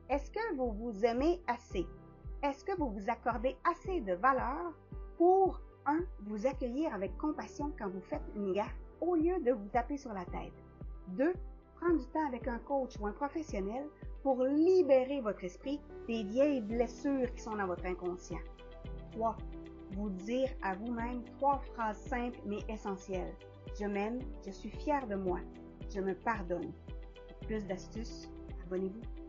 Est-ce que vous vous aimez assez? Est-ce que vous vous accordez assez de valeur pour, vous accueillir avec compassion quand vous faites une gaffe au lieu de vous taper sur la tête? 2, prendre du temps avec un coach ou un professionnel pour libérer votre esprit des vieilles blessures qui sont dans votre inconscient. 3, vous dire à vous-même 3 phrases simples mais essentielles. Je m'aime, je suis fière de moi, je me pardonne. Pour plus d'astuces, abonnez-vous.